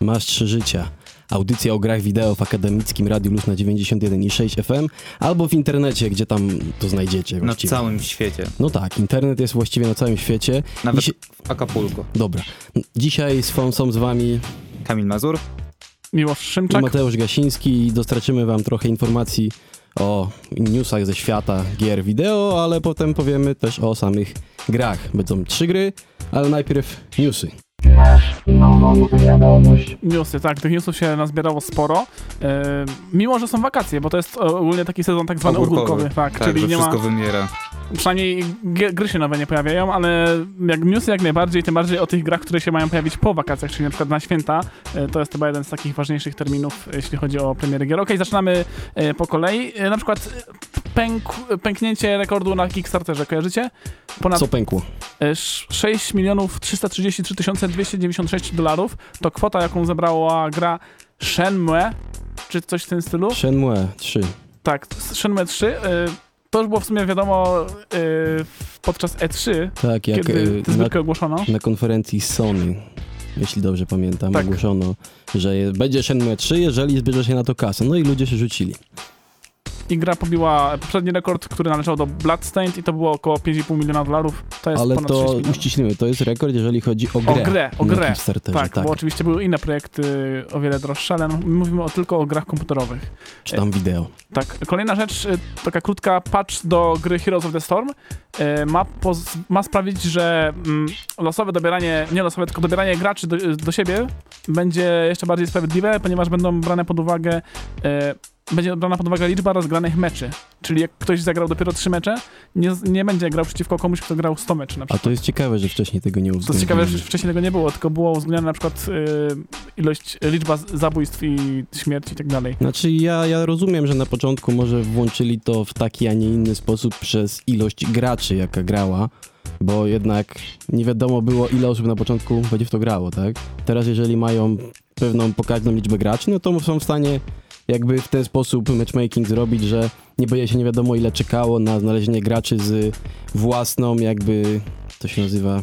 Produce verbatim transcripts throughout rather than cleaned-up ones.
Masz trzy życia. Audycja o grach wideo w akademickim Radiu Luz na dziewięćdziesiąt jeden i sześć F M albo w internecie, gdzie tam to znajdziecie właściwie. Na całym świecie. No tak, internet jest właściwie na całym świecie. Nawet Dziś... w Acapulco. Dobra. Dzisiaj są, są z wami Kamil Mazur, Miłosz Szymczak, Mateusz Gasiński i dostarczymy wam trochę informacji o newsach ze świata gier wideo, ale potem powiemy też o samych grach. Będą trzy gry, ale najpierw newsy. Masz nową wiadomość. Newsy, tak, tych newsów się nazbierało sporo. E, mimo, że są wakacje, bo to jest ogólnie taki sezon tak zwany ogórkowy, ogórkowy, tak, tak, czyli że nie wszystko ma, wymiera. przynajmniej g- gry się nowe nie pojawiają, ale jak newsy jak najbardziej, tym bardziej o tych grach, które się mają pojawić po wakacjach, czyli na przykład na święta. E, to jest chyba jeden z takich ważniejszych terminów, jeśli chodzi o premiery gier. Okej, zaczynamy e, po kolei. E, na przykład pęk, pęknięcie rekordu na Kickstarterze, kojarzycie? Ponad Co pękło? sześć milionów trzysta trzydzieści trzy tysiące dwieście dziewięćdziesiąt sześć dolarów to kwota, jaką zebrała gra Shenmue, czy coś w tym stylu? Shenmue trzy. Tak, Shenmue trzy. Y, to już było w sumie wiadomo y, podczas E trzy, Tak, jak kiedy y, tę na, zbiórkę ogłoszono. na konferencji Sony, jeśli dobrze pamiętam, Tak. ogłoszono, że je, będzie Shenmue trzy, jeżeli zbierze się na to kasę. No i ludzie się rzucili. I gra pobiła poprzedni rekord, który należał do Bloodstained i to było około pięć i pół miliona dolarów. To jest Ale ponad sześć to milionów. uściślimy, to jest rekord, jeżeli chodzi o grę. O grę, o na grę. Kickstarterze, Tak, tak. bo oczywiście były inne projekty o wiele droższe, ale my mówimy o, tylko o grach komputerowych. Czy tam wideo. Tak, kolejna rzecz, y, taka krótka patch do gry Heroes of the Storm y, ma, poz- ma sprawić, że mm, losowe dobieranie, nie losowe, tylko dobieranie graczy do, do siebie będzie jeszcze bardziej sprawiedliwe, ponieważ będą brane pod uwagę y, będzie brana pod uwagę liczba rozgranych meczy. Czyli jak ktoś zagrał dopiero trzy mecze, nie, nie będzie grał przeciwko komuś, kto grał sto meczy na A przykład. to jest ciekawe, że wcześniej tego nie To jest uwzględnili. ciekawe, że wcześniej tego nie było, tylko było uwzględnione na przykład y, ilość, liczba z- zabójstw i śmierci i tak dalej. Znaczy ja, ja rozumiem, że na początku może włączyli to w taki, a nie inny sposób przez ilość graczy, jaka grała, bo jednak nie wiadomo było, ile osób na początku będzie w to grało, tak? Teraz jeżeli mają pewną pokaźną liczbę graczy, no to są w stanie jakby w ten sposób matchmaking zrobić, że nie będzie się nie wiadomo ile czekało na znalezienie graczy z własną jakby, to się nazywa,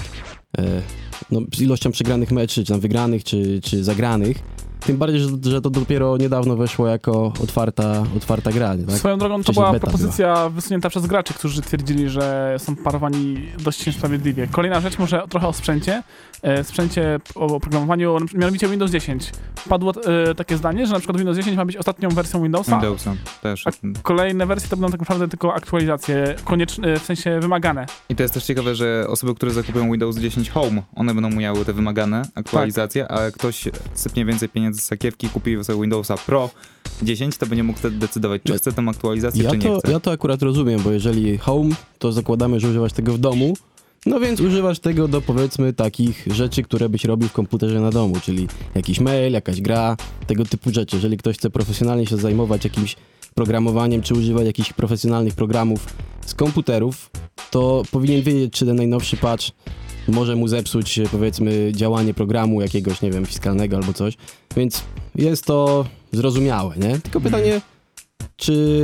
e, no z ilością przegranych meczy, czy tam wygranych, czy, czy zagranych. Tym bardziej, że, że to dopiero niedawno weszło jako otwarta, otwarta gra, nie, tak? Swoją drogą to Wcześniej była beta propozycja wysunięta przez graczy, którzy twierdzili, że są parowani dość niesprawiedliwie. Kolejna rzecz, może trochę o sprzęcie. E, sprzęcie o oprogramowaniu, mianowicie Windows dziesięć. Padło e, takie zdanie, że na przykład Windows dziesięć ma być ostatnią wersją Windowsa. Windowsa też. A kolejne wersje to będą tak naprawdę tylko aktualizacje, konieczne, w sensie wymagane. I to jest też ciekawe, że osoby, które zakupią Windows dziesięć Home, one będą miały te wymagane aktualizacje, Tak. a jak ktoś sypnie więcej pieniędzy z sakiewki i kupi sobie Windowsa Pro dziesięć, to będzie mógł wtedy decydować, czy chce tę aktualizację, Ja czy nie to, chce. ja to akurat rozumiem, bo jeżeli home, to zakładamy, że używasz tego w domu, no więc używasz tego do powiedzmy takich rzeczy, które byś robił w komputerze na domu, czyli jakiś mail, jakaś gra, tego typu rzeczy. Jeżeli ktoś chce profesjonalnie się zajmować jakimś programowaniem, czy używać jakichś profesjonalnych programów z komputerów, to powinien wiedzieć, czy ten najnowszy patch może mu zepsuć, powiedzmy, działanie programu jakiegoś, nie wiem, fiskalnego albo coś. Więc jest to zrozumiałe, nie? Tylko pytanie, czy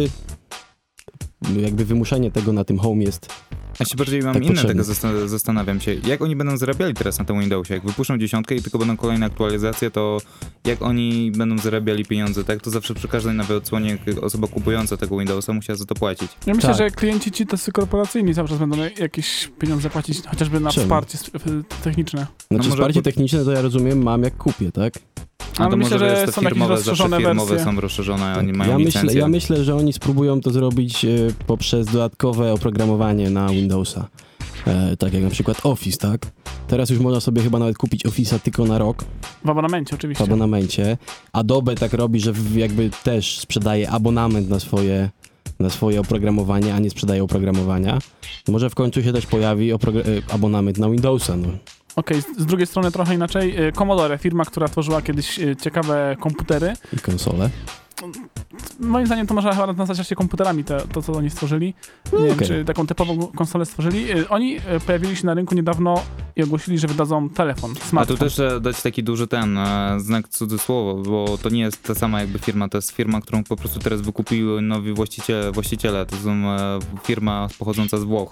jakby wymuszenie tego na tym home jest... Ja się bardziej mam tak inne potrzebne. tego zastan- zastanawiam się. Jak oni będą zarabiali teraz na tym Windowsie? Jak wypuszczą dziesiątkę i tylko będą kolejne aktualizacje, to jak oni będą zarabiali pieniądze? Tak, to zawsze przy każdej nowej odsłonie osoba kupująca tego Windowsa musiała za to płacić. Ja myślę, Tak. że klienci ci tacy korporacyjni cały czas będą jakieś pieniądze płacić, chociażby na Czemu? wsparcie sp- techniczne. Znaczy No może wsparcie pod- techniczne to ja rozumiem, mam jak kupię, tak? A Ale to myślę, może że jest są to jakieś firmowe, zawsze rozszerzone firmowe wersje. są rozszerzone, Tak. oni mają Ja myślę, licencję. ja myślę, że oni spróbują to zrobić e, poprzez dodatkowe oprogramowanie na Windowsa. E, tak jak na przykład Office, tak? Teraz już można sobie chyba nawet kupić Office'a tylko na rok W abonamencie w oczywiście. abonamencie. Adobe tak robi, że w- jakby też sprzedaje abonament na swoje, na swoje oprogramowanie, a nie sprzedaje oprogramowania. Może w końcu się też pojawi opro- e, abonament na Windowsa, no. Okej, z- z drugiej strony trochę inaczej. Y, Commodore, firma, która tworzyła kiedyś y, ciekawe komputery. I konsole. Moim zdaniem to można chyba nazwać się komputerami, te, to co oni stworzyli. Nie wiem, okej. czy taką typową konsolę stworzyli. Y, Oni y, pojawili się na rynku niedawno i ogłosili, że wydadzą telefon, A smartfon. tu też trzeba dać taki duży ten e, znak cudzysłowo, bo to nie jest ta sama jakby firma, to jest firma, którą po prostu teraz wykupiły nowi właściciele, właściciele. To są e, firma pochodząca z Włoch.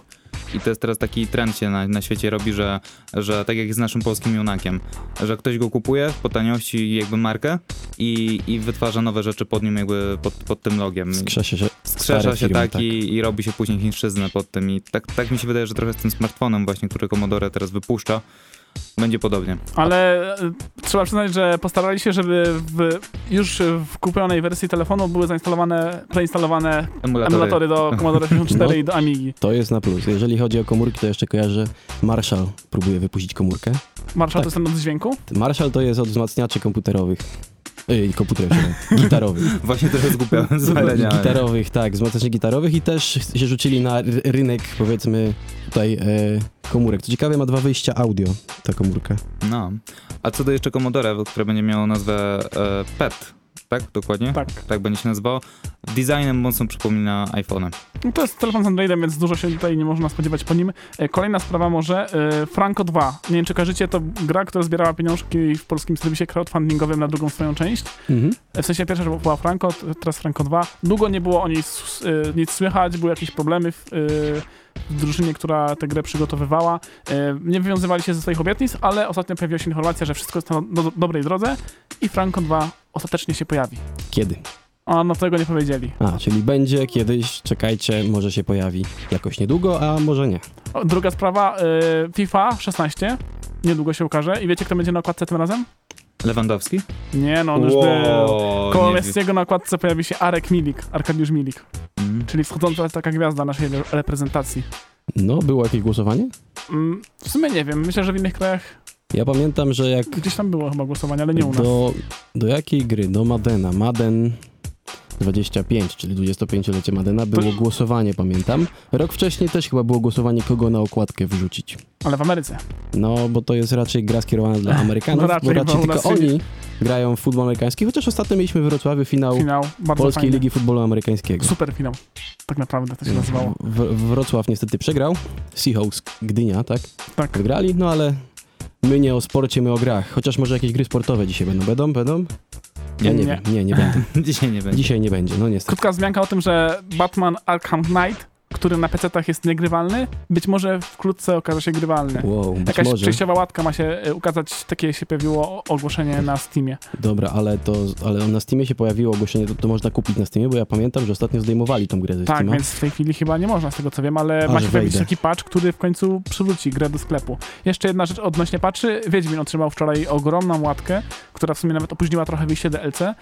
I to jest teraz taki trend się na, na świecie robi, że, że tak jak z naszym polskim Junakiem, że ktoś go kupuje po taniości jakby markę i, i wytwarza nowe rzeczy pod nim jakby pod, pod tym logiem. Skrzesza się, Skrzesza się firmy, tak, tak. I, i robi się później chińszczyznę pod tym i tak, tak mi się wydaje, że trochę z tym smartfonem właśnie, który Commodore teraz wypuszcza, będzie podobnie. Ale e, trzeba przyznać, że postarali się, żeby w, już w kupionej wersji telefonu były zainstalowane, preinstalowane Emulatory. emulatory do Commodore sześćdziesiąt cztery No. i do Amigi. To jest na plus. Jeżeli chodzi o komórki, to jeszcze kojarzę, Marshall próbuje wypuścić komórkę. Marshall Tak. to jest ten od dźwięku? Marshall to jest od wzmacniaczy komputerowych. Ej, komputerowych, nie, gitarowych. Właśnie trochę zgubiałem z wyleniami. Gitarowych, tak, wzmacniaczy gitarowych i też się rzucili na ry- rynek, powiedzmy, tutaj e, komórek. Co ciekawe, ma dwa wyjścia audio, ta komórka. No. A co do jeszcze Commodore, które będzie miało nazwę e, P E T, tak? Dokładnie? Tak. Tak będzie się nazywało. Designem mocno przypomina iPhone'a. No to jest telefon z Androidem, więc dużo się tutaj nie można spodziewać po nim. E, Kolejna sprawa może, e, Franco dwa. Nie wiem, czy kojarzycie, to gra, która zbierała pieniążki w polskim serwisie crowdfundingowym na drugą swoją część. Mhm. E, W sensie pierwsza że była Franco, t- teraz Franco dwa. Długo nie było o niej s- e, nic słychać, były jakieś problemy w, e, w drużynie, która tę grę przygotowywała. E, Nie wywiązywali się ze swoich obietnic, ale ostatnio pojawiła się informacja, że wszystko jest na do, do, dobrej drodze i Franco dwa ostatecznie się pojawi. Kiedy? A no tego nie powiedzieli. A, czyli będzie kiedyś, czekajcie, może się pojawi jakoś niedługo, a może nie. O, druga sprawa, y, FIFA szesnaście, niedługo się ukaże i wiecie, kto będzie na okładce tym razem? Lewandowski? Nie, no on już był. Wow, Koło nie Messiego na okładce pojawi się Arek Milik, Arkadiusz Milik, Mm. czyli wschodząca taka gwiazda naszej re- reprezentacji. No, było jakieś głosowanie? Mm, w sumie nie wiem, myślę, że w innych krajach Ja pamiętam, że jak gdzieś tam było chyba głosowanie, ale nie u nas. do, do jakiej gry? Do Madena. Madden dwadzieścia pięć, czyli dwudziestopięciolecie Madena, było To- głosowanie, pamiętam. Rok wcześniej też chyba było głosowanie, kogo na okładkę wrzucić. Ale w Ameryce. No, bo to jest raczej gra skierowana dla Amerykanów, No raczej, bo raczej bo u tylko nas się oni grają w futbol amerykański, chociaż ostatnio mieliśmy w Wrocławiu finał Finał, bardzo Polskiej fajny. Ligi Futbolu Amerykańskiego. Super finał, tak naprawdę to się nazywało. W, Wrocław niestety przegrał, Seahawks Gdynia, tak? Tak. Wygrali, no ale my nie o sporcie, my o grach. Chociaż może jakieś gry sportowe dzisiaj będą. Będą? Będą? Ja nie, Nie. wiem, nie, nie będą. Dzisiaj nie będzie. Dzisiaj nie będzie, no niestety. Krótka wzmianka o tym, że Batman Arkham Knight, który na pecetach jest niegrywalny, być może wkrótce okaże się grywalny. Wow, być Jakaś może. przejściowa łatka ma się e, ukazać, takie się pojawiło o- ogłoszenie na Steamie. Dobra, ale to, ale na Steamie się pojawiło ogłoszenie, to, to można kupić na Steamie, bo ja pamiętam, że ostatnio zdejmowali tą grę ze Tak, Steama. więc w tej chwili chyba nie można, z tego co wiem, ale A, ma że się pojawić wejdę. taki patch, który w końcu przywróci grę do sklepu. Jeszcze jedna rzecz odnośnie patchy. Wiedźmin otrzymał wczoraj ogromną łatkę, która w sumie nawet opóźniła trochę wyjście D L C.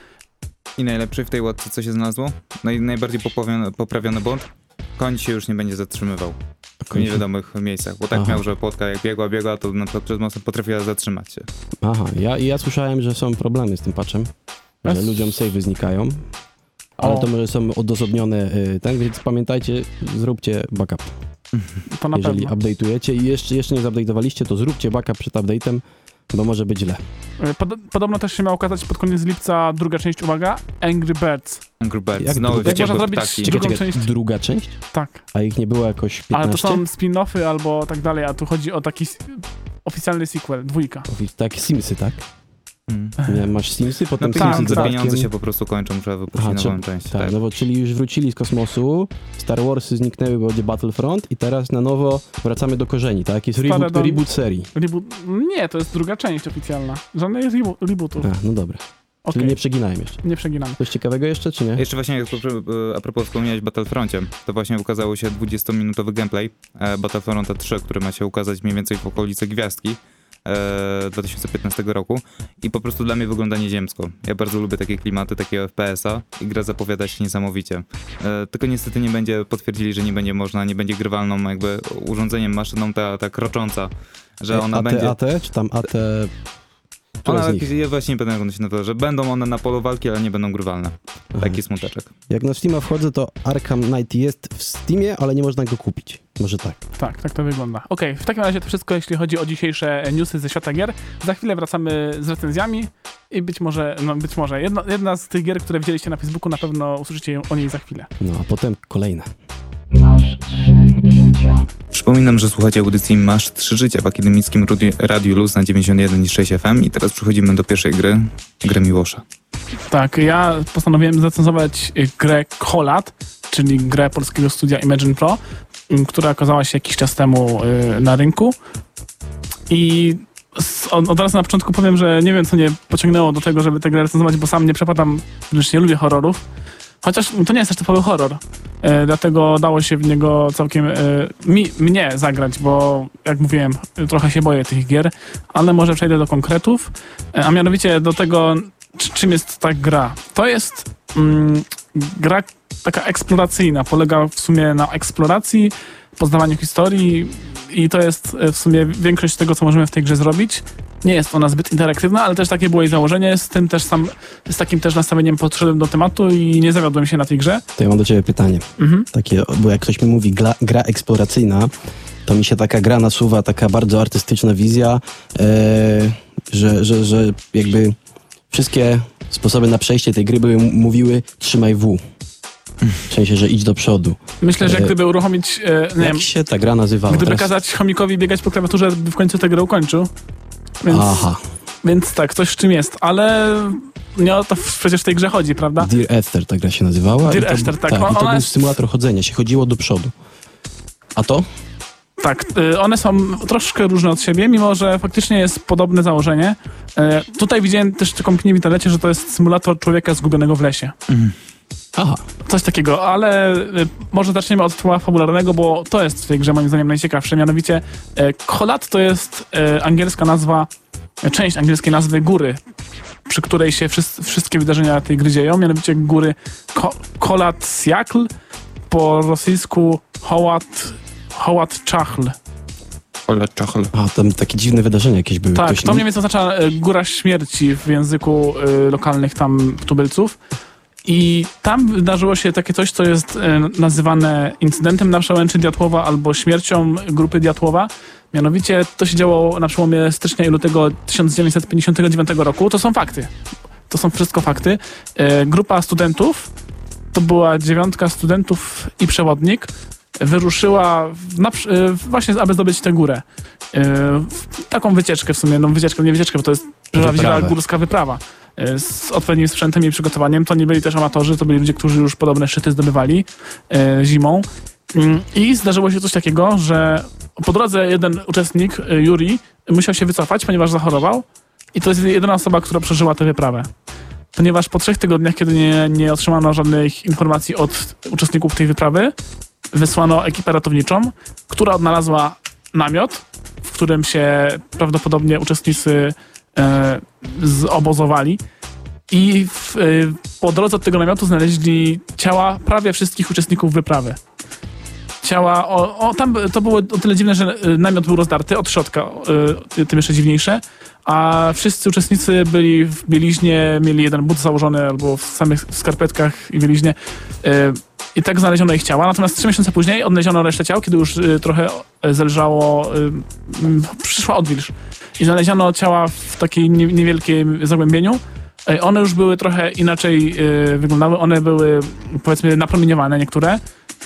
I najlepszy w tej łatce, co się znalazło? Naj, najbardziej poprawiony, poprawiony błąd? Koń się już nie będzie zatrzymywał w Koń się- niewiadomych miejscach, bo tak Aha. miał, że płotka jak biegła, biegła, to na przykład przez mocno potrafiła zatrzymać się. Aha, ja, ja słyszałem, że są problemy z tym patchem, że Yes. ludziom save'y znikają, ale O. to może są odosobnione, y, tak, więc pamiętajcie, zróbcie backup. To na Jeżeli pewno. update'ujecie i jeszcze, jeszcze nie zupdate'owaliście, to zróbcie backup przed update'em, bo może być źle. E, Pod, podobno też się miała ukazać pod koniec lipca druga część, uwaga, Angry Birds. Angry Birds, Jak znowu druga- Jak można wściekłe zrobić ptaki. drugą Czekaj, czekaj, część? druga część? Tak. A ich nie było jakoś Ale to piętnaście? są spin-offy albo tak dalej, a tu chodzi o taki s- oficjalny sequel, dwójka. Tak, Simsy, tak? Mm. Nie, masz Simsy, No potem tak, Simsy pieniądze, z pieniądze dodatkiem. się po prostu kończą, trzeba wypuścić Aha, nową trzeba- część. Tak, Tak. no bo czyli już wrócili z kosmosu, Star Warsy zniknęły, bo będzie Battlefront i teraz na nowo wracamy do korzeni, tak? Jest Stare reboot, dom- reboot serii. Reboot... Nie, to jest druga część oficjalna. Żadnej rebo- rebootów. A, no dobra. Okej, Czyli nie, nie przeginałem jeszcze. nie przeginamy. Coś ciekawego jeszcze, czy nie? Jeszcze właśnie jak a propos wspomniałeś o Battlefroncie, to właśnie ukazało się dwudziestominutowy gameplay e, Battlefronta trzy, który ma się ukazać mniej więcej w okolicy Gwiazdki e, dwa tysiące piętnastego roku i po prostu dla mnie wygląda nieziemsko. Ja bardzo lubię takie klimaty, takiego F P S a i gra zapowiada się niesamowicie. E, tylko niestety nie będzie, potwierdzili, że nie będzie można, nie będzie grywalną jakby urządzeniem, maszyną ta, ta krocząca, że ona A T, będzie... A T, czy tam A T... Które Ona, z nich? ja właśnie nie będę jak one się nazywa, że będą one na polu walki, ale nie będą grywalne. Aha. Taki smuteczek. Jak na Steama wchodzę, to Arkham Knight jest w Steamie, ale nie można go kupić. Może tak. Tak, tak to wygląda. Okej, w takim razie to wszystko, jeśli chodzi o dzisiejsze newsy ze świata gier. Za chwilę wracamy z recenzjami i być może, no być może, jedna, jedna z tych gier, które widzieliście na Facebooku, na pewno usłyszycie o niej za chwilę. No, a potem kolejne. Masz trzy życia. Przypominam, że słuchacie audycji Masz trzy życia w akademickim radiu, radiu Luz na dziewięćdziesiąt jeden i sześć F M i teraz przechodzimy do pierwszej gry, grę Miłosza. Tak, ja postanowiłem zrecenzować y, grę Kolat, czyli grę polskiego studia Imagine Pro. m, która okazała się jakiś czas temu y, na rynku. I z, od, od razu na początku powiem, że nie wiem, co mnie pociągnęło do tego, żeby tę grę recenzować, bo sam nie przepadam, wręcz nie lubię horrorów. Chociaż to nie jest też typowy horror, e, dlatego dało się w niego całkiem e, mi, mnie zagrać, bo jak mówiłem, trochę się boję tych gier, ale może przejdę do konkretów, e, a mianowicie do tego, czy, czym jest ta gra. To jest mm, gra taka eksploracyjna, polega w sumie na eksploracji, poznawaniu historii i to jest w sumie większość tego, co możemy w tej grze zrobić. Nie jest ona zbyt interaktywna, ale też takie było jej założenie. Z tym też sam, z takim też nastawieniem podszedłem do tematu i nie zawiodłem się na tej grze. To ja mam do ciebie pytanie. Mhm. Takie, bo jak ktoś mi mówi gra, gra eksploracyjna, to mi się taka gra nasuwa, taka bardzo artystyczna wizja, e, że, że, że jakby wszystkie sposoby na przejście tej gry były mówiły trzymaj W. W sensie, że idź do przodu. Myślę, że E, gdyby uruchomić... E, nie Jak wiem, się ta gra nazywała? gdyby Teraz... kazać chomikowi biegać po klawiaturze, by w końcu tę grę ukończył. Więc, Aha. więc tak, coś w czym jest, ale nie o to przecież w tej grze chodzi, prawda? Dear Esther ta gra się nazywała. Dear i to, Esther, tak. tak. I Ona to był jest- symulator chodzenia, się chodziło do przodu. A to? Tak, y, one są troszkę różne od siebie, mimo że faktycznie jest podobne założenie. Y, Tutaj widziałem też taką opinię w internecie, że to jest symulator człowieka zgubionego w lesie. Aha. Coś takiego, ale y, może zaczniemy od tła fabularnego, bo to jest w tej grze moim zdaniem najciekawsze. Mianowicie y, Kholat to jest y, angielska nazwa, y, część angielskiej nazwy góry, przy której się wszys- wszystkie wydarzenia tej gry dzieją. Mianowicie góry Ko- Kholat Syakhl, po rosyjsku Hołat Hołat Czachl. Ole czachl. A, tam takie dziwne wydarzenia jakieś były. Tak, Ktoś- to mniej więcej oznacza y, góra śmierci w języku y, lokalnych tam tubylców. I tam wydarzyło się takie coś, co jest y, nazywane incydentem na przełęczy Diatłowa albo śmiercią grupy Diatłowa. Mianowicie to się działo na przełomie stycznia i lutego tysiąc dziewięćset pięćdziesiątego dziewiątego roku. To są fakty. To są wszystko fakty. Y, grupa studentów, to była dziewiątka studentów i przewodnik, wyruszyła w, na, y, właśnie, aby zdobyć tę górę. Y, w taką wycieczkę w sumie, no wycieczkę, nie wycieczkę, bo to jest prawdziwa Wyprawę. górska wyprawa. Y, z odpowiednim sprzętem i przygotowaniem. To nie byli też amatorzy, to byli ludzie, którzy już podobne szczyty zdobywali y, zimą. Y, I zdarzyło się coś takiego, że po drodze jeden uczestnik, y, Yuri, musiał się wycofać, ponieważ zachorował. I to jest jedyna osoba, która przeżyła tę wyprawę. Ponieważ po trzech tygodniach, kiedy nie, nie otrzymano żadnych informacji od uczestników tej wyprawy, wysłano ekipę ratowniczą, która odnalazła namiot, w którym się prawdopodobnie uczestnicy e, zobozowali. I w, e, po drodze od tego namiotu znaleźli ciała prawie wszystkich uczestników wyprawy. Ciała, o, o, tam to było o tyle dziwne, że e, namiot był rozdarty od środka, e, tym jeszcze dziwniejsze, a wszyscy uczestnicy byli w bieliźnie, mieli jeden but założony albo w samych skarpetkach i bieliźnie. E, I tak znaleziono ich ciała. Natomiast trzy miesiące później odnaleziono resztę ciał, kiedy już y, trochę y, zelżało, y, y, przyszła odwilż. I znaleziono ciała w takiej nie, niewielkim zagłębieniu. Y, one już były trochę inaczej y, wyglądały. One były, powiedzmy, napromieniowane niektóre.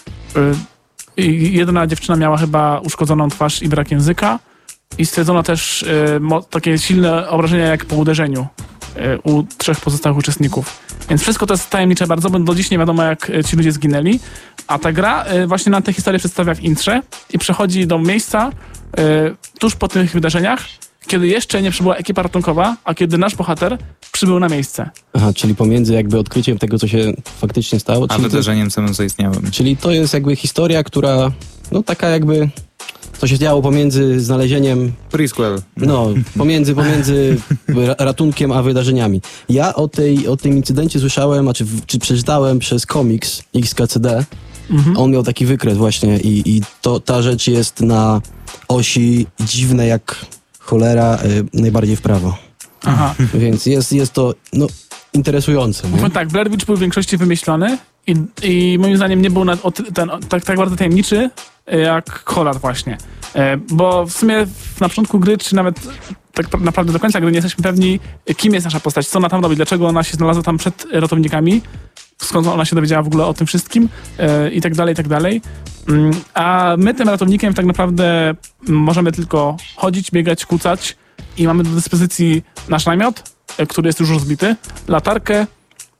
Y, i jedna dziewczyna miała chyba uszkodzoną twarz i brak języka. I stwierdzono też y, mo, takie silne obrażenia jak po uderzeniu y, u trzech pozostałych uczestników. Więc wszystko to jest tajemnicze bardzo, bo do dziś nie wiadomo, jak y, ci ludzie zginęli. A ta gra y, właśnie nam tę historię przedstawia w intrze i przechodzi do miejsca y, tuż po tych wydarzeniach, kiedy jeszcze nie przybyła ekipa ratunkowa, a kiedy nasz bohater przybył na miejsce. Aha, czyli pomiędzy jakby odkryciem tego, co się faktycznie stało. A czyli to, wydarzeniem samym zaistniałym. czyli to jest jakby historia, która, no taka jakby, co się działo pomiędzy znalezieniem, Presquel. no, pomiędzy, pomiędzy ra- ratunkiem a wydarzeniami. Ja o, tej, o tym incydencie słyszałem, a czy, czy przeczytałem przez komiks X K C D. Mhm. On miał taki wykres właśnie i, i to, ta rzecz jest na osi dziwne jak cholera, y, najbardziej w prawo. Aha. Więc jest, jest to, no, interesujące. Nie? No tak, Blair Witch był w większości wymyślony i, i moim zdaniem nie był na, o, ty- ten, o, tak, tak bardzo tajemniczy jak Kholat właśnie. E, bo w sumie w, na początku gry, czy nawet tak naprawdę do końca gry nie jesteśmy pewni, kim jest nasza postać, co ona tam robi, dlaczego ona się znalazła tam przed ratownikami, skąd ona się dowiedziała w ogóle o tym wszystkim e, i tak dalej, i tak dalej. Mm, a my tym ratownikiem tak naprawdę możemy tylko chodzić, biegać, kucać i mamy do dyspozycji nasz namiot, e, który jest już rozbity, latarkę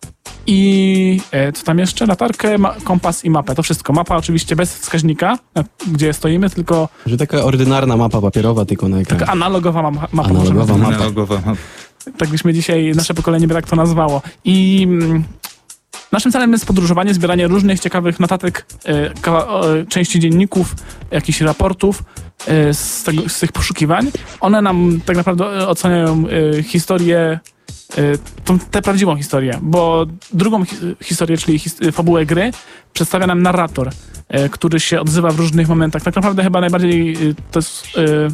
i e, co tam jeszcze? Latarkę, ma, kompas i mapę. To wszystko. Mapa oczywiście bez wskaźnika, na, gdzie stoimy, tylko Że taka ordynarna mapa papierowa, tylko na ekranie. taka analogowa ma, mapa. Analogowa możemy mapa. Analogowa mapa. Tak byśmy dzisiaj, nasze pokolenie by tak to nazwało. I mm, naszym celem jest podróżowanie, zbieranie różnych ciekawych notatek, e, kawa- e, części dzienników, jakichś raportów e, z, tego, z tych poszukiwań. One nam tak naprawdę e, oceniają e, historię, e, tą, tę prawdziwą historię, bo drugą hi- historię, czyli his- fabułę gry, przedstawia nam narrator, e, który się odzywa w różnych momentach. Tak naprawdę chyba najbardziej e, to jest... E,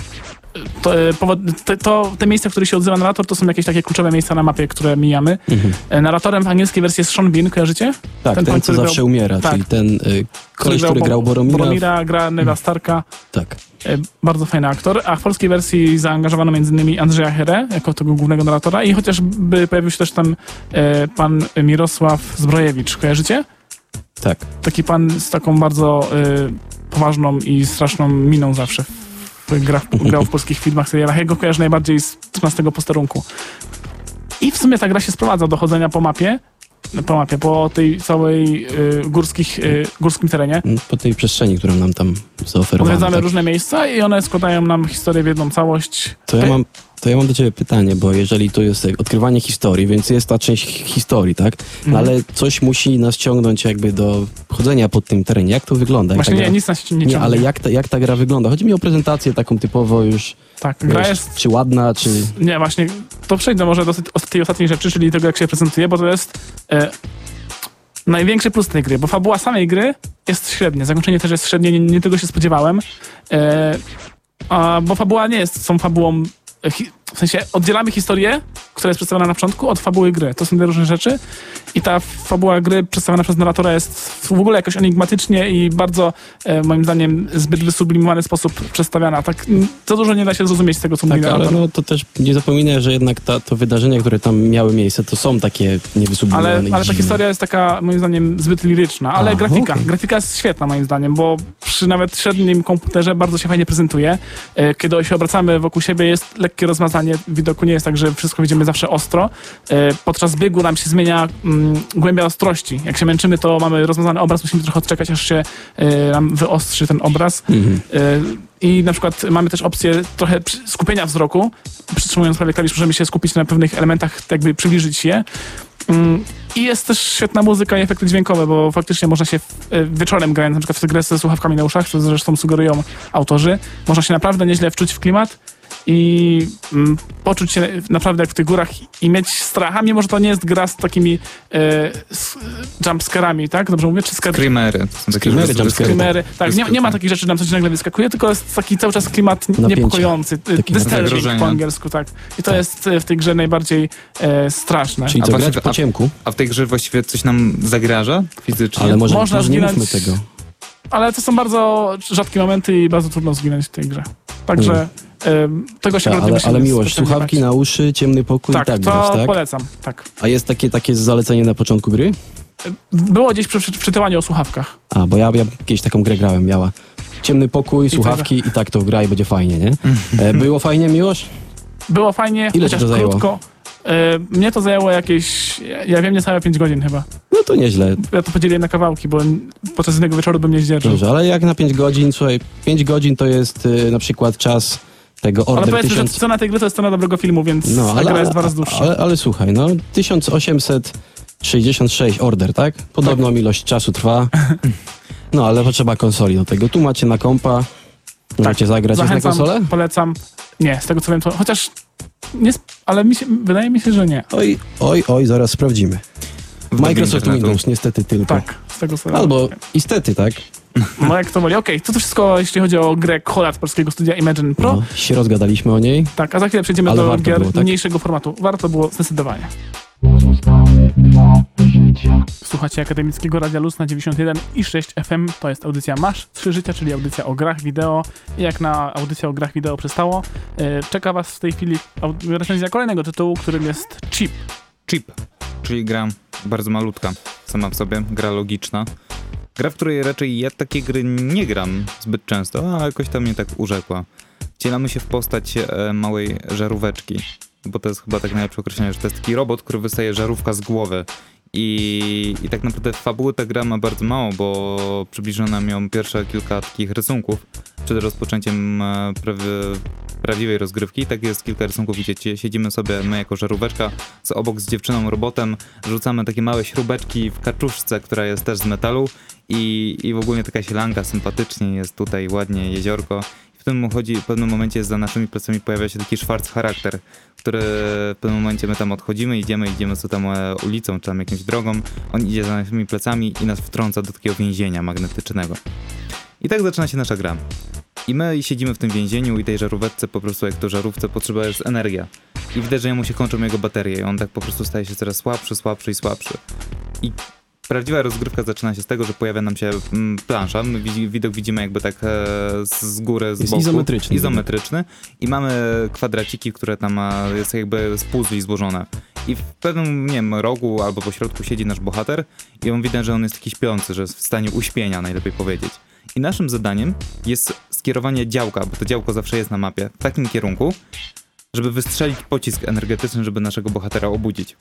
To, e, powod, te, to, te miejsca, w których się odzywa narrator, to są jakieś takie kluczowe miejsca na mapie, które mijamy. Mhm. E, Narratorem w angielskiej wersji jest Sean Bean, kojarzycie? Tak, ten, pan, co który zawsze grał- umiera, tak. czyli ten y, koleś, który Bo- grał Boromira. Boromira gra Neda Starka. Tak. E, bardzo fajny aktor. A w polskiej wersji zaangażowano m.in. Andrzeja Herę jako tego głównego narratora i chociażby pojawił się też tam e, pan Mirosław Zbrojewicz. Kojarzycie? Tak. Taki pan z taką bardzo e, poważną i straszną miną zawsze. W, gra, grał w polskich filmach, serialach. Ja go kojarzę najbardziej z trzynastego posterunku. I w sumie ta gra się sprowadza do chodzenia po mapie, po mapie, po tej całej y, górskich, y, górskim terenie. Po tej przestrzeni, którą nam tam zaoferowano. Odwiedzamy Tak. różne miejsca i one składają nam historię w jedną całość. To ja mam, to ja mam do ciebie pytanie, bo jeżeli to jest odkrywanie historii, więc jest ta część historii, tak? No, Mhm. ale coś musi nas ciągnąć jakby do chodzenia po tym terenie. Jak to wygląda? Jak Właśnie ta nie, gra... nic nas nie Nie, ciągnie. ale jak ta, jak ta gra wygląda? Chodzi mi o prezentację taką typowo już, Tak, gra wiesz, jest... czy ładna, czy... Nie, właśnie, to przejdę może do tej ostatniej rzeczy, czyli tego, jak się prezentuje, bo to jest e, największy plus tej gry, bo fabuła samej gry jest średnia, zakończenie też jest średnie, nie, nie tego się spodziewałem, e, a, bo fabuła nie jest tą fabułą, e, hi, w sensie oddzielamy historię, która jest przedstawiona na początku, od fabuły gry. To są dwie różne rzeczy i ta fabuła gry przedstawiona przez narratora jest w ogóle jakoś enigmatycznie i bardzo, e, moim zdaniem, zbyt wysublimowany sposób przedstawiana. Tak, m, za dużo nie da się zrozumieć z tego, co mówi Tak, ale narrator. no to też nie zapominaj, że jednak ta, to wydarzenia, które tam miały miejsce, to są takie niewysublimowane Ale, i ale ta dziwne. historia jest taka, moim zdaniem, zbyt liryczna. Ale A, grafika, okej. grafika jest świetna, moim zdaniem, bo przy nawet średnim komputerze bardzo się fajnie prezentuje. E, Kiedy się obracamy wokół siebie, jest lekkie rozmazanie widoku, nie jest tak, że wszystko widzimy zawsze ostro. E, Podczas biegu nam się zmienia mm, głębia ostrości. Jak się męczymy, to mamy rozmazany obraz, musimy trochę odczekać, aż się e, nam wyostrzy ten obraz. Mhm. E, I na przykład mamy też opcję trochę przy- skupienia wzroku. Przytrzymując prawie klawisz, możemy się skupić na pewnych elementach, jakby przybliżyć je. Mm, I jest też świetna muzyka i efekty dźwiękowe, bo faktycznie można się w, e, wieczorem grając na przykład w tę grę ze słuchawkami na uszach, co zresztą sugerują autorzy, można się naprawdę nieźle wczuć w klimat i mm, poczuć się naprawdę jak w tych górach i mieć strach, a mimo że to nie jest gra z takimi e, z, jumpscarami, tak? Dobrze mówię? Czy skar- Screamery. To są takie Screamery, rzeczy, jumpscary. Screamery. Tak, nie, nie ma takich rzeczy, że nam coś nagle wyskakuje, tylko jest taki cały czas klimat Napięcie. niepokojący. Takie Disturbing zagrożenia. po angielsku, tak. I to Tak. jest e, w tej grze najbardziej e, straszne. Czyli A co, właśnie, grać po a- ciemku? A w tej grze właściwie coś nam zagraża fizycznie? Ale może, Można może nie zginąć- mówmy tego. Ale to są bardzo rzadkie momenty i bardzo trudno zginąć w tej grze. Także em, tego się Tak, nawet nie ale, musimy ale miłość, specjalnie słuchawki bać. na uszy, ciemny pokój Tak, i tak to grasz, tak? polecam, tak. A jest takie, takie zalecenie na początku gry? Było gdzieś przy, przy, przytyłanie o słuchawkach. A, bo ja, ja kiedyś taką grę grałem, miała ciemny pokój, I słuchawki i tak to gra i będzie fajnie, nie? E, było fajnie, Miłosz? Było fajnie, Ile ci chociaż to zajęło? krótko. E, mnie to zajęło jakieś, ja, ja wiem, niecałe pięć godzin chyba. No to nieźle, Ja to podzieliłem na kawałki, bo podczas jednego wieczoru bym nie zdzierżył. dobrze, ale jak na pięć godzin, słuchaj, pięć godzin to jest y, na przykład czas tego Ale Order powiedzmy, tysiąc... że cena tej gry to jest cena dobrego filmu, więc No, ta gra jest dwa razy dłuższa. ale, ale słuchaj, no tysiąc osiemset sześćdziesiąt sześć Order, tak? Podobną ilość czasu trwa. No, ale potrzeba konsoli do tego. Tu macie na kompa, możecie zagrać. Jest na Zachęcam, konsolę? polecam. Nie, z tego co wiem, to chociaż nie, sp- ale mi się, wydaje mi się, że nie. Oj, oj, oj, zaraz sprawdzimy. W Microsoft internetu. Windows niestety tylko. Tak, z tego co Albo istety, tak? No jak to woli. Okej, to to wszystko, jeśli chodzi o grę Kolat polskiego studia Imagine Pro. No, się rozgadaliśmy o niej. Tak, a za chwilę przejdziemy Ale do warto gier było, tak? mniejszego formatu. Warto było zdecydowanie. Pozostały dwa życia. Słuchacie Akademickiego Radia Luz na dziewięćdziesiąt jeden i sześć F M. To jest audycja Masz trzy życia, czyli audycja o grach wideo. I jak na audycję o grach wideo przystało, e, czeka was w tej chwili au- recenzja kolejnego tytułu, którym jest Chip. Chip, czyli gra bardzo malutka, sama w sobie, gra logiczna. Gra, w której raczej ja takie gry nie gram zbyt często, ale jakoś tam mnie tak urzekła. Wcielamy się w postać e, małej żaróweczki, bo to jest chyba tak najlepsze określenie, że to jest taki robot, który wystaje żarówka z głowy I, I tak naprawdę fabuły ta gra ma bardzo mało, bo przybliżono nam ją pierwsze kilka takich rysunków przed rozpoczęciem e, prawie, prawdziwej rozgrywki. Tak jest kilka rysunków, gdzie siedzimy sobie my jako żaróweczka, z obok z dziewczyną robotem, rzucamy takie małe śrubeczki w kaczuszce, która jest też z metalu i, i w ogóle taka sielanka, sympatycznie jest tutaj, ładnie jeziorko. W tym chodzi, w pewnym momencie za naszymi plecami pojawia się taki szwarc charakter, który w pewnym momencie my tam odchodzimy, idziemy, idziemy co tam e, ulicą, czy tam jakąś drogą, on idzie za naszymi plecami i nas wtrąca do takiego więzienia magnetycznego. I tak zaczyna się nasza gra. I my siedzimy w tym więzieniu i tej żarówce po prostu, jak to żarówce, potrzeba jest energia. I widać, że jemu się kończą jego baterie i on tak po prostu staje się coraz słabszy, słabszy i słabszy. I prawdziwa rozgrywka zaczyna się z tego, że pojawia nam się mm, plansza. My widzi, widok widzimy jakby tak e, z góry, z jest boku. izometryczny. Izometryczny. I mamy kwadraciki, które tam e, jest jakby z puzli złożone. I w pewnym, nie wiem, rogu albo po środku siedzi nasz bohater i on widać, że on jest taki śpiący, że jest w stanie uśpienia, najlepiej powiedzieć. I naszym zadaniem jest skierowanie działka, bo to działko zawsze jest na mapie, w takim kierunku, żeby wystrzelić pocisk energetyczny, żeby naszego bohatera obudzić.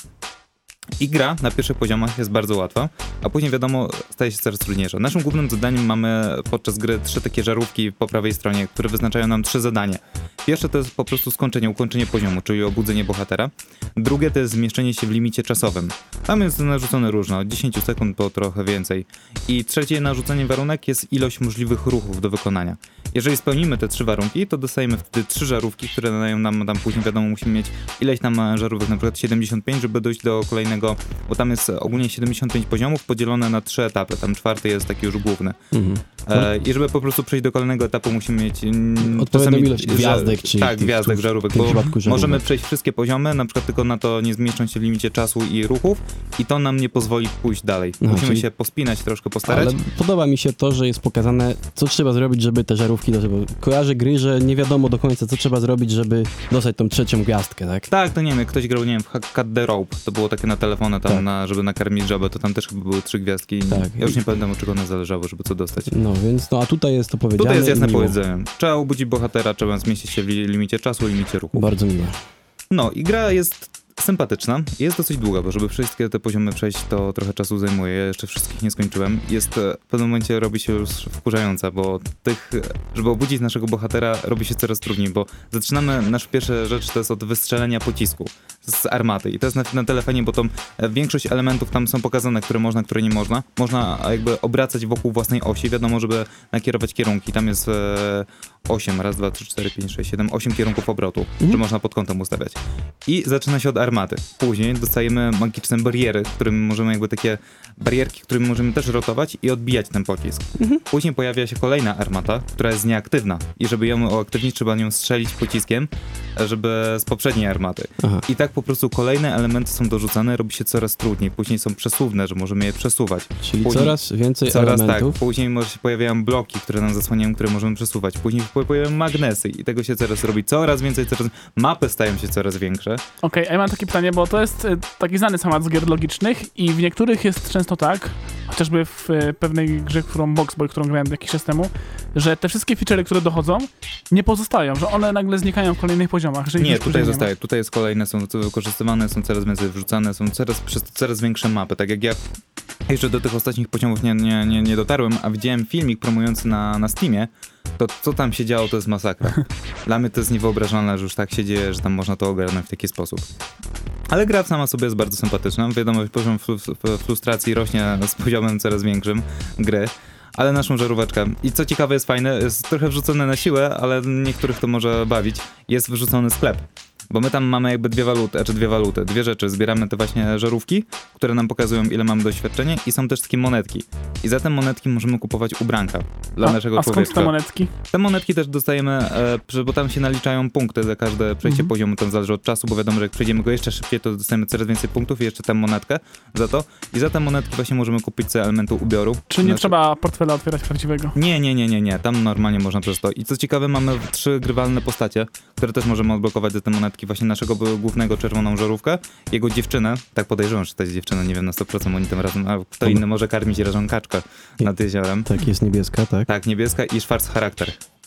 I gra na pierwszych poziomach jest bardzo łatwa, a później wiadomo, staje się coraz trudniejsza. Naszym głównym zadaniem mamy podczas gry trzy takie żarówki po prawej stronie, które wyznaczają nam trzy zadania. Pierwsze to jest po prostu skończenie, ukończenie poziomu, czyli obudzenie bohatera. Drugie to jest zmieszczenie się w limicie czasowym. Tam jest narzucone różne, od dziesięć sekund po trochę więcej. I trzecie narzucenie warunek jest ilość możliwych ruchów do wykonania. Jeżeli spełnimy te trzy warunki, to dostajemy wtedy trzy żarówki, które dają nam tam później, wiadomo, musimy mieć ileś tam żarówek, na przykład siedemdziesiąt pięć, żeby dojść do kolejnego, bo tam jest ogólnie siedemdziesiąt pięć poziomów podzielone na trzy etapy, tam czwarty jest taki już główny. Mhm. E, I żeby po prostu przejść do kolejnego etapu, musimy mieć mm, odpowiednią ilość gwiazdek, czy tak, gwiazdek, tu, żarówek, bo żarówek. Możemy przejść wszystkie poziomy, na przykład tylko na to nie zmieszczą się w limicie czasu i ruchów i to nam nie pozwoli pójść dalej. Aha, musimy czyli... się pospinać, troszkę postarać. Ale podoba mi się to, że jest pokazane, co trzeba zrobić, żeby te żarówki do tego. Kojarzę gry, że nie wiadomo do końca, co trzeba zrobić, żeby dostać tą trzecią gwiazdkę, tak? Tak, to nie wiem, jak ktoś grał, nie wiem, w Cut the Rope, to było takie na telefony tam, tak. na, żeby nakarmić żabę, to tam też chyba były trzy gwiazdki. Tak. Ja już nie pamiętam, od czego one zależało, żeby co dostać. No więc, no a tutaj jest to powiedziane. Tutaj jest jasne powiedzenie. Trzeba obudzić bohatera, trzeba zmieścić się w limicie czasu, limicie ruchu. Bardzo miłe. No i gra jest sympatyczna. Jest dosyć długa, bo żeby wszystkie te poziomy przejść, to trochę czasu zajmuje. Ja jeszcze wszystkich nie skończyłem. Jest w pewnym momencie robi się już wkurzająca, bo tych, żeby obudzić naszego bohatera, robi się coraz trudniej, bo zaczynamy, nasza pierwsza rzecz to jest od wystrzelenia pocisku z armaty. I to jest na, na telefonie, bo tą większość elementów tam są pokazane, które można, które nie można. Można jakby obracać wokół własnej osi, wiadomo, żeby nakierować kierunki. Tam jest e, osiem, raz, dwa, trzy, cztery, pięć, sześć, siedem, osiem kierunków obrotu, mhm. że można pod kątem ustawiać. I zaczyna się od armaty. Później dostajemy magiczne bariery, którymi możemy jakby takie barierki, którymi możemy też rotować i odbijać ten pocisk. Mhm. Później pojawia się kolejna armata, która jest nieaktywna i żeby ją uaktywnić, trzeba nią strzelić pociskiem, żeby z poprzedniej armaty. Aha. I tak po prostu kolejne elementy są dorzucane, robi się coraz trudniej. Później są przesuwne, że możemy je przesuwać. Czyli później, coraz więcej coraz elementów. Tak. Później może się pojawiają bloki, które nam zasłaniają, które możemy przesuwać. Później pojawiają magnesy i tego się coraz robi coraz więcej, coraz mapy stają się coraz większe. Okej, okay, a ja mam takie pytanie, bo to jest taki znany schemat z gier logicznych i w niektórych jest często tak, chociażby w pewnej grze, którą Boxboy, którą grałem jakiś czas temu, że te wszystkie feature'y, które dochodzą, nie pozostają, że one nagle znikają w kolejnych poziomach. Że nie, tutaj zostaje, tutaj jest kolejne, są wykorzystywane, są coraz więcej wrzucane, są coraz, przez coraz większe mapy, tak jak ja jeszcze do tych ostatnich poziomów nie, nie, nie, nie dotarłem, a widziałem filmik promujący na, na Steamie, to co tam się działo, to jest masakra. Dla mnie to jest niewyobrażalne, że już tak się dzieje, że tam można to ogarnąć w taki sposób. Ale gra sama sobie jest bardzo sympatyczna. Wiadomo, poziom frustracji rośnie z poziomem coraz większym gry. Ale naszą żaróweczkę. I co ciekawe, jest fajne, jest trochę wrzucone na siłę, ale niektórych to może bawić. Jest wrzucony sklep. Bo my tam mamy jakby dwie waluty, czy dwie waluty, dwie rzeczy. Zbieramy te właśnie żarówki, które nam pokazują, ile mamy doświadczenia i są też takie monetki. I za te monetki możemy kupować ubranka dla a, naszego a człowieka. A skąd te monetki? Te monetki też dostajemy, e, bo tam się naliczają punkty za każde przejście mhm. poziomu, to zależy od czasu, bo wiadomo, że jak przejdziemy go jeszcze szybciej, to dostajemy coraz więcej punktów i jeszcze tę monetkę za to. I za te monetki właśnie możemy kupić sobie elementu ubioru. Czy nie znaczy... trzeba portfela otwierać prawdziwego? Nie, nie, nie, nie, nie. Tam normalnie można przez to. I co ciekawe, mamy trzy grywalne postacie, które też możemy odblokować za te monetki. Właśnie naszego głównego czerwoną żarówkę, jego dziewczynę, tak podejrzewam, że to jest dziewczyna, nie wiem na sto procent, oni tym razem, a kto inny może karmić rażą kaczkę nad jeziorem. Tak, jest niebieska, tak? Tak, niebieska i szwarc charakter.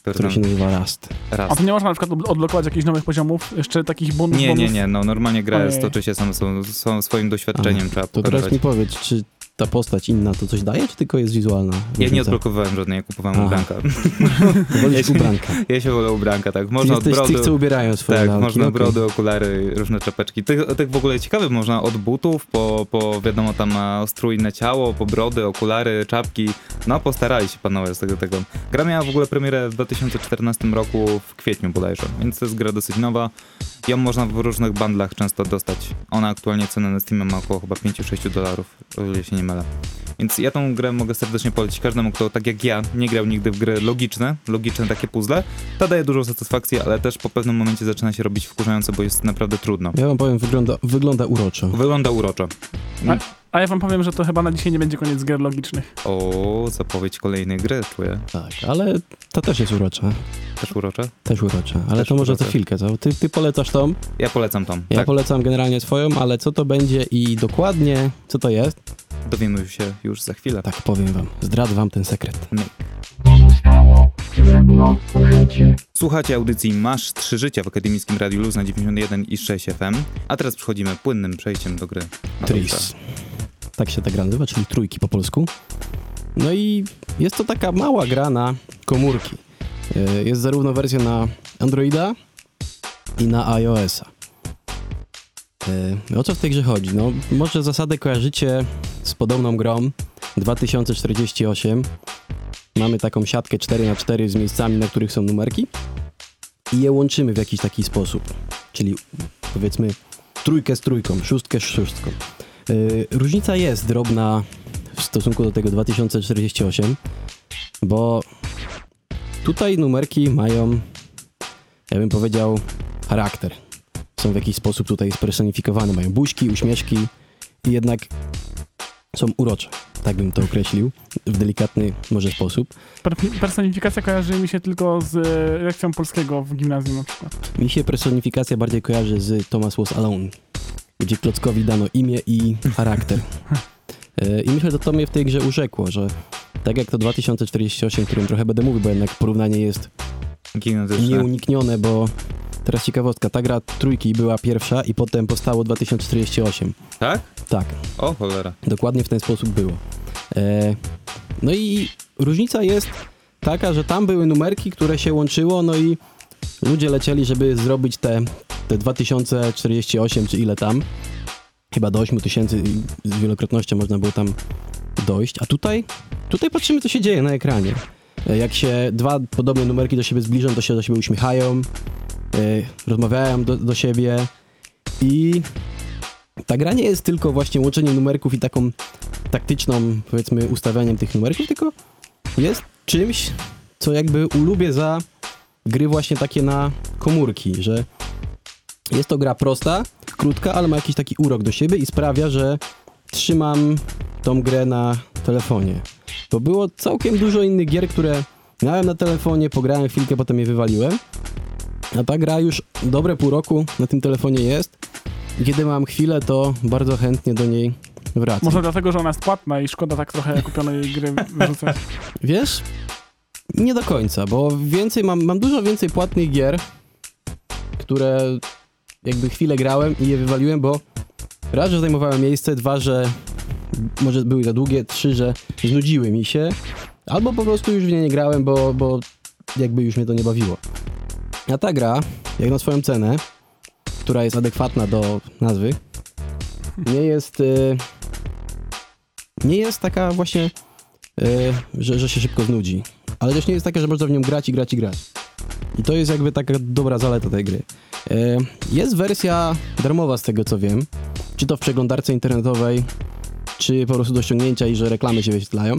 który, który się nazywa Rust. raz. A to nie można na przykład od- odblokować jakichś nowych poziomów, jeszcze takich bonus, Nie, bonus? nie, nie, no normalnie gra Ojej. toczy się sam, sam, sam swoim doświadczeniem, trzeba To teraz pokonywać. mi powiedz, czy ta postać inna to coś daje, czy tylko jest wizualna? Ja nie różnica? odblokowywałem żadnej, ja kupowałem Aha. ubranka. Wolisz Ja się- ubranka. Ja się wolę ubranka, tak. Ty Można od jesteś z tych, co brodu... ubierają swoje Tak, lalki. można okej. brody, okulary, różne czapeczki. Tych, tych w ogóle ciekawych można od butów, po, po wiadomo tam na strójne ciało, po brody, okulary, czapki. No postarali się panowie z tego tego. Gra miała w ogóle premierę w dwa tysiące czternastym roku w kwietniu bodajże, więc to jest gra dosyć nowa. Ją można w różnych bundlach często dostać. Ona aktualnie cenę na Steamie ma około chyba pięć sześć dolarów, o ile się nie mylę. Więc ja tą grę mogę serdecznie polecić każdemu, kto tak jak ja nie grał nigdy w gry logiczne, logiczne takie puzzle. To daje dużą satysfakcję, ale też po pewnym momencie zaczyna się robić wkurzające, bo jest naprawdę trudno. Ja wam powiem, wygląda, wygląda uroczo. Wygląda uroczo. A ja wam powiem, że to chyba na dzisiaj nie będzie koniec gier logicznych. O, zapowiedź kolejnej gry, czuję. Tak, ale ta też jest urocza. Też urocza? Też urocza, ale Też to może urocza. za chwilkę, co? Ty, ty polecasz tą, Ja polecam tą. ja tak, polecam generalnie swoją, ale co to będzie i dokładnie co to jest, dowiemy się już za chwilę. tak powiem wam, zdradzę wam ten sekret. Pozostało jedno życie. Słuchacie audycji Masz trzy życia w Akademickim Radiu Luz na dziewięćdziesiąt jeden i sześć F M, a teraz przechodzimy płynnym przejściem do gry. Tris. Tak się ta gra nazywa, czyli trójki po polsku. No i jest to taka mała gra na komórki. Yy, Jest zarówno wersja na Androida i na iOS-a. Yy, O co w tej grze chodzi? No, może zasadę kojarzycie z podobną grą dwa tysiące czterdzieści osiem. Mamy taką siatkę cztery na cztery z miejscami, na których są numerki i je łączymy w jakiś taki sposób. Czyli powiedzmy trójkę z trójką, szóstkę z szóstką. Yy, różnica jest drobna w stosunku do tego dwa tysiące czterdzieści osiem, bo tutaj numerki mają, ja bym powiedział, charakter. Są w jakiś sposób tutaj spersonifikowane, mają buźki, uśmieszki i jednak są urocze. Tak bym to określił w delikatny może sposób. Per personifikacja kojarzy mi się tylko z e, lekcją polskiego w gimnazjum na przykład. Mi się personifikacja bardziej kojarzy z Thomas Was Alone, gdzie Klockowi dano imię i charakter. Yy, I myślę, że to mnie w tej grze urzekło, że tak jak to dwa tysiące czterdzieści osiem, którym trochę będę mówił, bo jednak porównanie jest Gigantyczne. nieuniknione, bo teraz ciekawostka, ta gra trójki była pierwsza i potem powstało dwa tysiące czterdzieści osiem. Tak? Tak, O, cholera. dokładnie w ten sposób było. E, no i różnica jest taka, że tam były numerki, które się łączyło, no i ludzie lecieli, żeby zrobić te, te dwa tysiące czterdzieści osiem, czy ile tam. Chyba do osiem tysięcy z wielokrotnością można było tam dojść. A tutaj, tutaj patrzymy, co się dzieje na ekranie. E, Jak się dwa podobne numerki do siebie zbliżą, to się do siebie uśmiechają, e, rozmawiają do, do siebie i ta gra nie jest tylko właśnie łączeniem numerków i taką taktyczną, powiedzmy, ustawianiem tych numerków, tylko jest czymś, co jakby ulubię za gry właśnie takie na komórki, że jest to gra prosta, krótka, ale ma jakiś taki urok do siebie i sprawia, że trzymam tą grę na telefonie. Bo było całkiem dużo innych gier, które miałem na telefonie, pograłem chwilkę, potem je wywaliłem. A ta gra już dobre pół roku na tym telefonie jest. I kiedy mam chwilę, to bardzo chętnie do niej wracam. Może dlatego, że ona jest płatna i szkoda tak trochę kupionej gry wyrzucać. Wiesz? Nie do końca, bo więcej mam, mam dużo więcej płatnych gier, które jakby chwilę grałem i je wywaliłem, bo raz, że zajmowały miejsce, dwa, że może były za długie, trzy, że znudziły mi się, albo po prostu już w nie nie grałem, bo, bo jakby już mnie to nie bawiło. A ta gra, jak na swoją cenę, która jest adekwatna do nazwy, nie jest y, nie jest taka właśnie, y, że, że się szybko znudzi, ale też nie jest taka, że można w nią grać i grać i grać. I to jest jakby taka dobra zaleta tej gry. Y, jest wersja darmowa z tego co wiem, czy to w przeglądarce internetowej, czy po prostu do ściągnięcia i że reklamy się wyświetlają.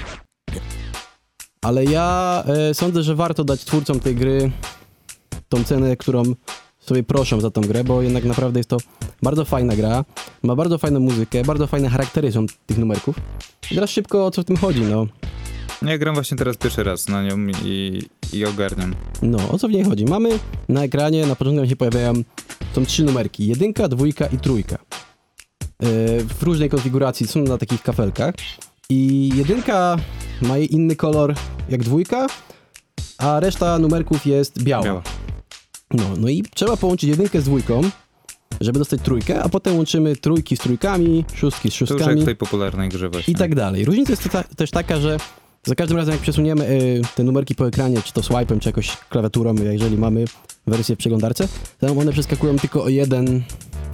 Ale ja y, sądzę, że warto dać twórcom tej gry tą cenę, którą sobie proszą za tą grę, bo jednak naprawdę jest to bardzo fajna gra, ma bardzo fajną muzykę, bardzo fajne charaktery są tych numerków. I teraz szybko, o co w tym chodzi, no. Ja gram właśnie teraz pierwszy raz na nią i, i ogarniam. No, o co w niej chodzi? Mamy na ekranie, na początku się pojawiają, są trzy numerki, jedynka, dwójka i trójka. Yy, w różnej konfiguracji, są na takich kafelkach. I jedynka ma inny kolor jak dwójka, a reszta numerków jest biała. Biała. No, no i trzeba połączyć jedynkę z dwójką, żeby dostać trójkę, a potem łączymy trójki z trójkami, szóstki z To już jak szóstkami w tej popularnej grze właśnie. i tak dalej. Różnica jest ta, też taka, że za każdym razem jak przesuniemy y, te numerki po ekranie, czy to swipe'em, czy jakoś klawiaturą, jeżeli mamy wersję w przeglądarce, to one przeskakują tylko o jeden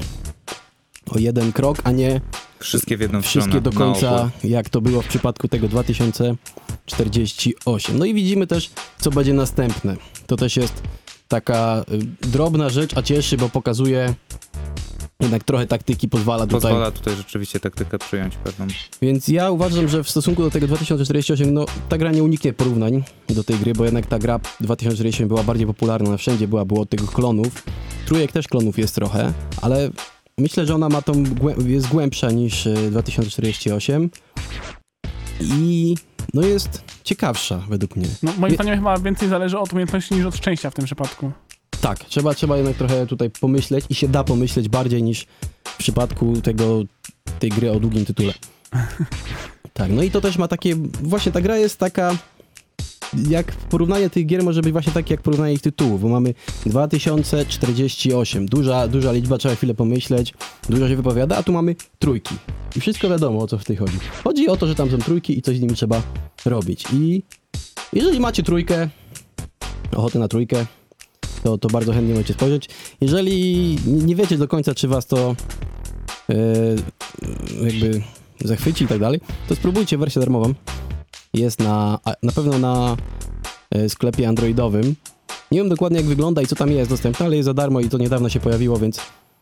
o jeden krok, a nie Wszystkie w jedną wszystkie stronę. do na końca, ogół. jak to było w przypadku tego dwa tysiące czterdzieści osiem. No i widzimy też, co będzie następne. To też jest taka y, drobna rzecz, a cieszy, bo pokazuje jednak trochę taktyki, pozwala tutaj. Pozwala tutaj rzeczywiście taktykę przyjąć pewną. Więc ja uważam, że w stosunku do tego dwa tysiące czterdzieści osiem, no ta gra nie uniknie porównań do tej gry, bo jednak ta gra dwa tysiące czterdzieści osiem była bardziej popularna, na wszędzie była, było od tego klonów. Trójek też klonów jest trochę, ale myślę, że ona ma tą, głę- jest głębsza niż y, dwa tysiące czterdzieści osiem i no jest ciekawsza według mnie. No, moim Nie- zdaniem chyba więcej zależy od umiejętności niż od szczęścia w tym przypadku. Tak, trzeba, trzeba jednak trochę tutaj pomyśleć i się da pomyśleć bardziej niż w przypadku tego, tej gry o długim tytule. Tak, no i to też ma takie, właśnie ta gra jest taka, jak porównanie tych gier może być właśnie takie jak porównanie ich tytułów, bo mamy dwa tysiące czterdzieści osiem, duża, duża liczba, trzeba chwilę pomyśleć, dużo się wypowiada, a tu mamy trójki. I wszystko wiadomo, o co w tej chodzi. Chodzi o to, że tam są trójki i coś z nimi trzeba robić. I jeżeli macie trójkę, ochotę na trójkę, to, to bardzo chętnie możecie spojrzeć. Jeżeli nie nie wiecie do końca, czy was to e, jakby zachwyci i tak dalej, to spróbujcie wersję darmową. Jest na, a- na pewno na e, sklepie androidowym. Nie wiem dokładnie jak wygląda i co tam jest dostępne, ale jest za darmo i to niedawno się pojawiło, więc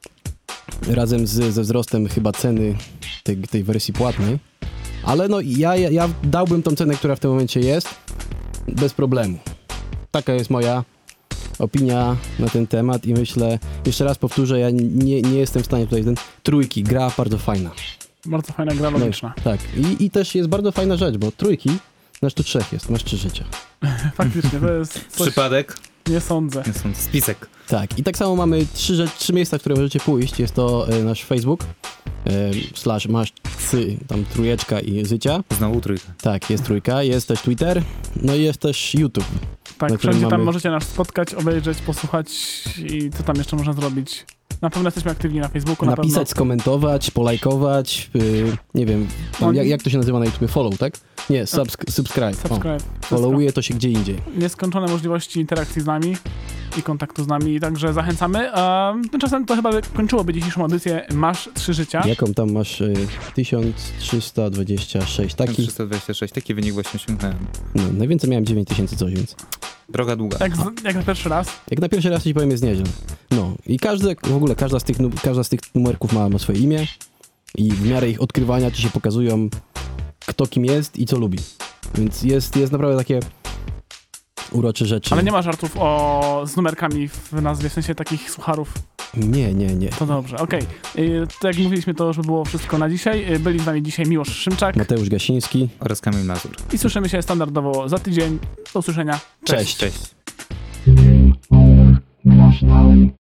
razem z, ze wzrostem chyba ceny tej, tej wersji płatnej. Ale no ja, ja, ja dałbym tą cenę, która w tym momencie jest, bez problemu. Taka jest moja opinia na ten temat i myślę, jeszcze raz powtórzę, ja nie, nie jestem w stanie tutaj, ten trójki, gra bardzo fajna. Bardzo fajna gra logiczna. No, tak, I, i też jest bardzo fajna rzecz, bo trójki, znasz tu trzech jest, masz trzy życia. Faktycznie, to jest coś, Przypadek? nie sądzę. Nie są spisek. Tak, i tak samo mamy trzy, rzecz, trzy miejsca, w które możecie pójść. Jest to e, nasz Facebook, e, slash masz cy, tam trójeczka i życia. Znowu trójka. Tak, jest trójka, jest też Twitter, no i jest też YouTube. Tak, na którym wszędzie tam mamy- możecie nas spotkać, obejrzeć, posłuchać i co tam jeszcze można zrobić. Na pewno jesteśmy aktywni na Facebooku, na Napisać, skomentować, polajkować, y, nie wiem, tam, No, jak, jak to się nazywa na YouTube? Follow, tak? Nie, subsk- subscribe. pewno. O, Subscribe. Wszystko. followuje to się gdzie indziej. Nieskończone możliwości interakcji z nami i kontaktu z nami, także zachęcamy. A tymczasem to chyba kończyłoby dzisiejszą audycję Masz trzy życia. Jaką tam masz? Y, tysiąc trzysta dwadzieścia sześć. Taki, trzysta dwadzieścia sześć. Taki wynik właśnie osiągnąłem. no, najwięcej miałem dziewięć tysięcy coś, więc Droga długa. Jak, z, jak na pierwszy raz. jak na pierwszy raz ci powiem jest nieźle. No i każdy, w ogóle każda z tych, nu- każda z tych numerków ma, ma swoje imię i w miarę ich odkrywania ci się pokazują, kto kim jest i co lubi. Więc jest, jest naprawdę takie urocze rzeczy. Ale nie ma żartów o, z numerkami w nazwie, w sensie takich sucharów. Nie, nie, nie. To dobrze, okej. Okay. Tak jak mówiliśmy, to już by było wszystko na dzisiaj. Y, Byli z nami dzisiaj Miłosz Szymczak Mateusz Gasiński. Oraz Kamil Mazur. i słyszymy się standardowo za tydzień. Do usłyszenia. Cześć. Cześć. Game over. Grasz dalej.